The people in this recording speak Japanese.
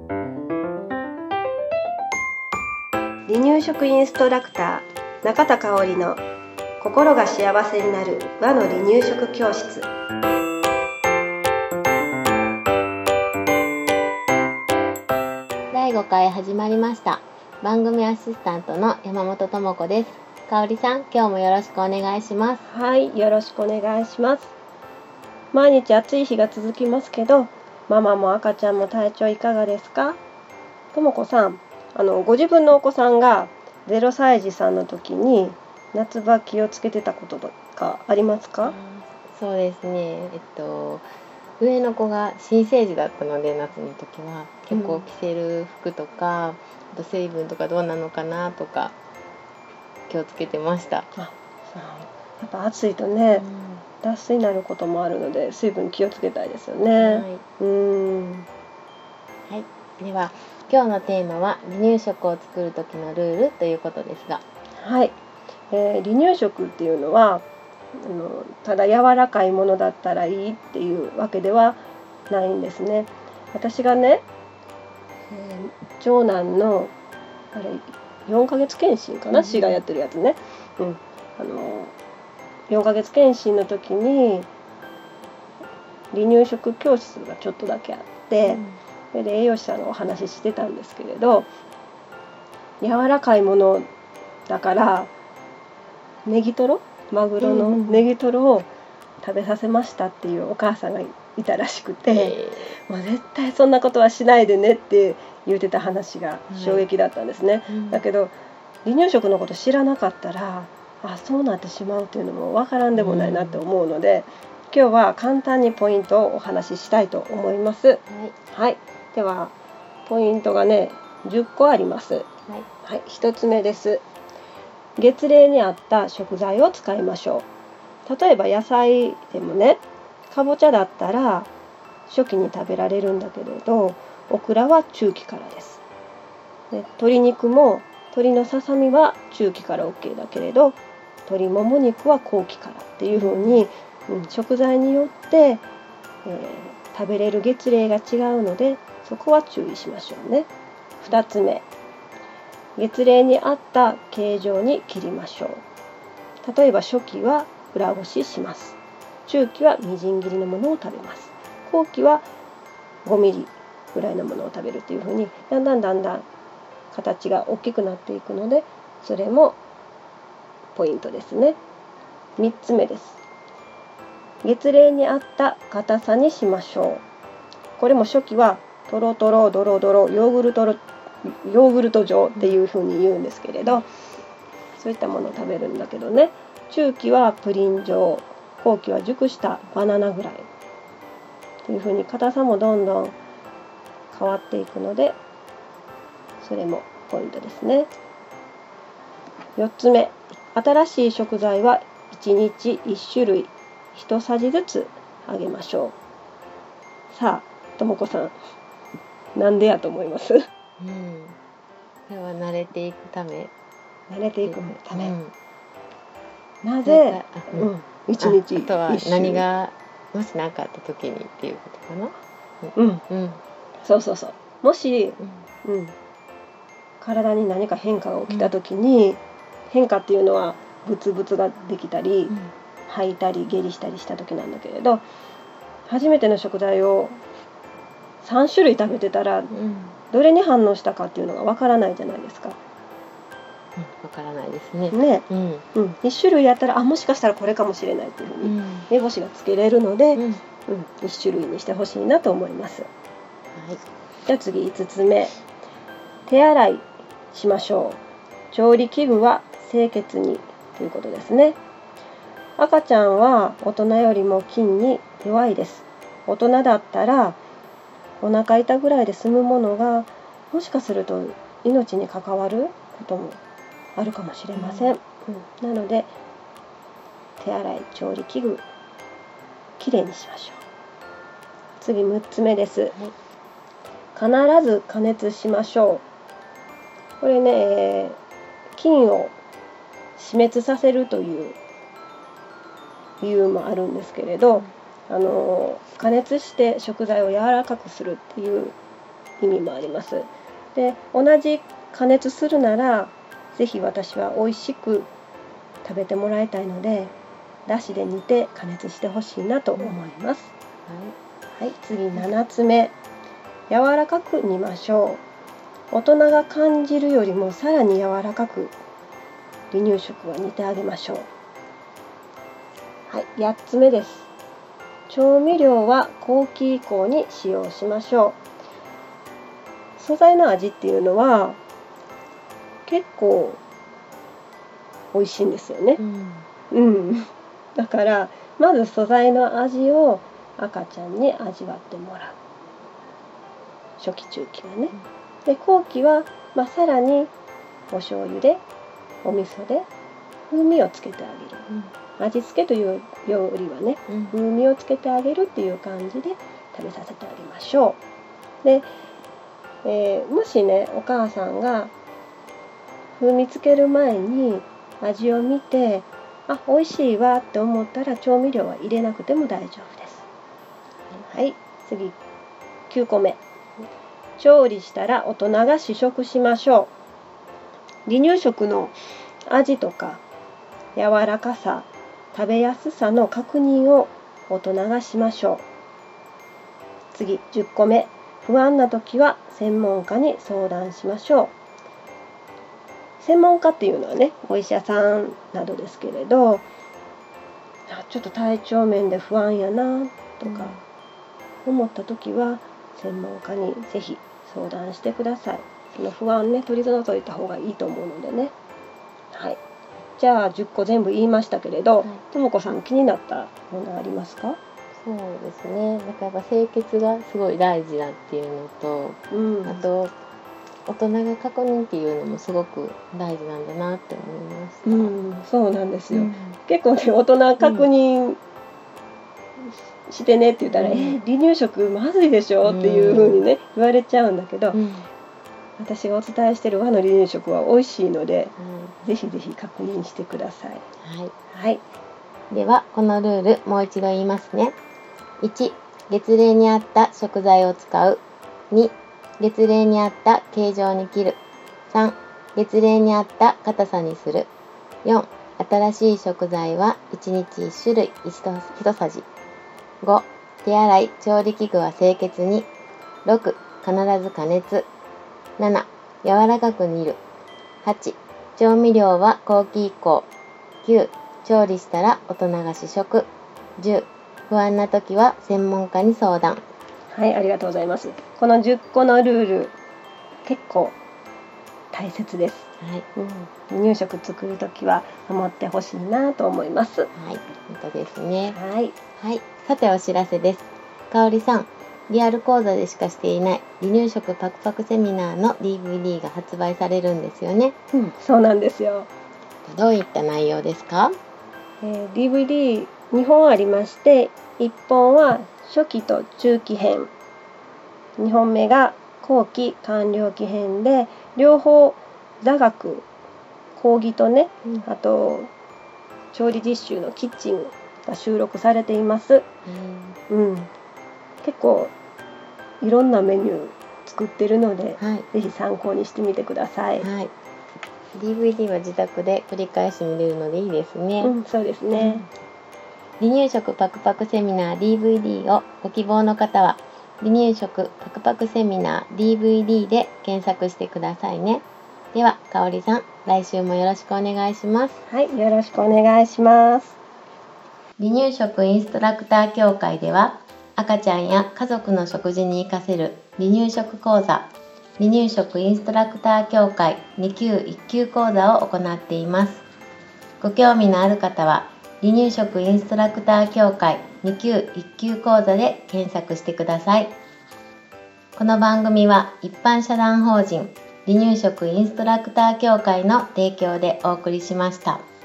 離乳食インストラクター中田香織の心が幸せになる和の離乳食教室。 第5回始まりました。番組アシスタントの山本智子です。香織さん、今日もよろしくお願いします。 はい、よろしくお願いします。毎日暑い日が続きますけど、ママも赤ちゃんも体調いかがですか？智子さん、ご自分のお子さんが0歳児さんの時に夏場気をつけてたこととかありますか？ そうですね、上の子が新生児だったので、夏の時は結構着せる服とか、あと水分とかどうなのかなとか気をつけてました。 やっぱ暑いとね、脱水になることもあるので水分気をつけたいですよね。 はい、では今日のテーマは離乳食を作る時のルールということですが、 はい、離乳食っていうのはただ柔らかいものだったらいいっていうわけではないんですね。私がね、長男の4ヶ月検診かな、市がやってるやつね、4ヶ月検診の時に離乳食教室がちょっとだけあって、それで栄養士さんがお話ししてたんですけれど、柔らかいものだからネギトロ、マグロのネギトロを食べさせましたっていうお母さんがいたらしくて、もう絶対そんなことはしないでねって言ってた話が衝撃だったんですね。だけど離乳食のこと知らなかったらそうなってしまうっていうのもわからんでもないなって思うので、今日は簡単にポイントをお話ししたいと思います。はい、ではポイントがね10個あります。1つ目です。月齢に合った食材を使いましょう。例えば野菜でもね、かぼちゃだったら初期に食べられるんだけれど、オクラは中期からです。で、鶏肉も鶏のささみは中期から OK だけれど、鶏もも肉は後期からっていう風に、食材によって、食べれる月齢が違うので、そこは注意しましょうね。2つ目、月齢に合った形状に切りましょう。例えば初期は裏ごしします。中期はみじん切りのものを食べます。後期は5ミリぐらいのものを食べるっていう風にだんだん形が大きくなっていくので、それもポイントですね。3つ目です。月齢に合った硬さにしましょう。これも初期はトロトロドロドロヨーグルト状っていう風に言うんですけれど、そういったものを食べるんだけどね、中期はプリン状、後期は熟したバナナぐらいという風に硬さもどんどん変わっていくので、それもポイントですね。4つ目、新しい食材は1日1種類1さじずつあげましょう。さあ、ともこさん、なんでやと思います？ これは慣れていくため。 なぜ1日1種類？ あとは何がもしなかった時にっていうことかな。 そう。もし、体に何か変化が起きた時に、変化っていうのはブツブツができたり、吐いたり下痢したりした時なんだけれど、初めての食材を3種類食べてたら、どれに反応したかっていうのがわからないじゃないですか。 わからないですね。 1種類やったらもしかしたらこれかもしれないっていうふうに目星がつけれるので、1種類にしてほしいなと思います。じゃあ次5つ目、手洗いしましょう。調理器具は清潔にということですね。赤ちゃんは大人よりも菌に弱いです。大人だったらお腹痛ぐらいで済むものが、もしかすると命に関わることもあるかもしれません。なので手洗い、調理器具きれいにしましょう。次6つ目です。必ず加熱しましょう。これね、菌を死滅させるという理由もあるんですけれど、加熱して食材を柔らかくするっていう意味もあります。で、同じ加熱するならぜひ私は美味しく食べてもらいたいので、だしで煮て加熱してほしいなと思います。はい、次7つ目、柔らかく煮ましょう。大人が感じるよりもさらに柔らかく離乳食は煮てあげましょう。はい、8つ目です。調味料は後期以降に使用しましょう。素材の味っていうのは結構美味しいんですよね。だからまず素材の味を赤ちゃんに味わってもらう。初期中期はね。で、後期は、さらにお醤油でお味噌で風味をつけてあげる。味付けというよりはね、風味をつけてあげるっていう感じで食べさせてあげましょう。で、もしねお母さんが風味つける前に味を見て美味しいわって思ったら調味料は入れなくても大丈夫です。はい、次9個目、調理したら大人が試食しましょう。離乳食の味とか柔らかさ、食べやすさの確認を大人がしましょう。次10個目、不安な時は専門家に相談しましょう。専門家っていうのはね、お医者さんなどですけれど、ちょっと体調面で不安やなとか思った時は専門家にぜひ相談してください。その不安ね、取り除いた方がいいと思うのでね。はい、じゃあ10個全部言いましたけれど、ともこさん気になったものありますか？ そうですね。なんかやっぱ清潔がすごい大事だっていうのと、あと大人が確認っていうのもすごく大事なんだなって思いました。 そうなんですよ。結構ね、大人確認してねって言ったら、離乳食まずいでしょっていう風にね言われちゃうんだけど、私がお伝えしている和の離乳食は美味しいので、ぜひぜひ確認してください。はい。 ではこのルールもう一度言いますね。1、月齢に合った食材を使う。2、月齢に合った形状に切る。3、月齢に合った硬さにする。4、新しい食材は1日1種類 1さじ。5、手洗い調理器具は清潔に。6、必ず加熱。7、柔らかく煮る。8、調味料は後期以降。9、調理したら大人が試食。10、不安な時は専門家に相談。 はい、ありがとうございます。この10個のルール結構大切です。離乳食作るときは守ってほしいなと思います。 本当ですね。 はい。 さてお知らせです。かおりさん、リアル講座でしかしていない離乳食パクパクセミナーの DVD が発売されるんですよね。 そうなんですよ。 どういった内容ですか ？DVD 2本ありまして、1本は初期と中期編、2本目が後期完了期編で、両方座学講義とね、あと調理実習のキッチンが収録されています。結構いろんなメニュー作ってるので、ぜひ参考にしてみてください。 DVD は自宅で繰り返し見れるのでいいですね。 そうですね。 離乳食パクパクセミナー DVD をご希望の方は離乳食パクパクセミナー DVD で検索してくださいね。ではかおりさん、来週もよろしくお願いします。 よろしくお願いします。 離乳食インストラクター協会では赤ちゃんや家族の食事に活かせる離乳食講座、離乳食インストラクター協会2級1級講座を行っています。ご興味のある方は離乳食インストラクター協会2級1級講座で検索してください。この番組は一般社団法人離乳食インストラクター協会の提供でお送りしました。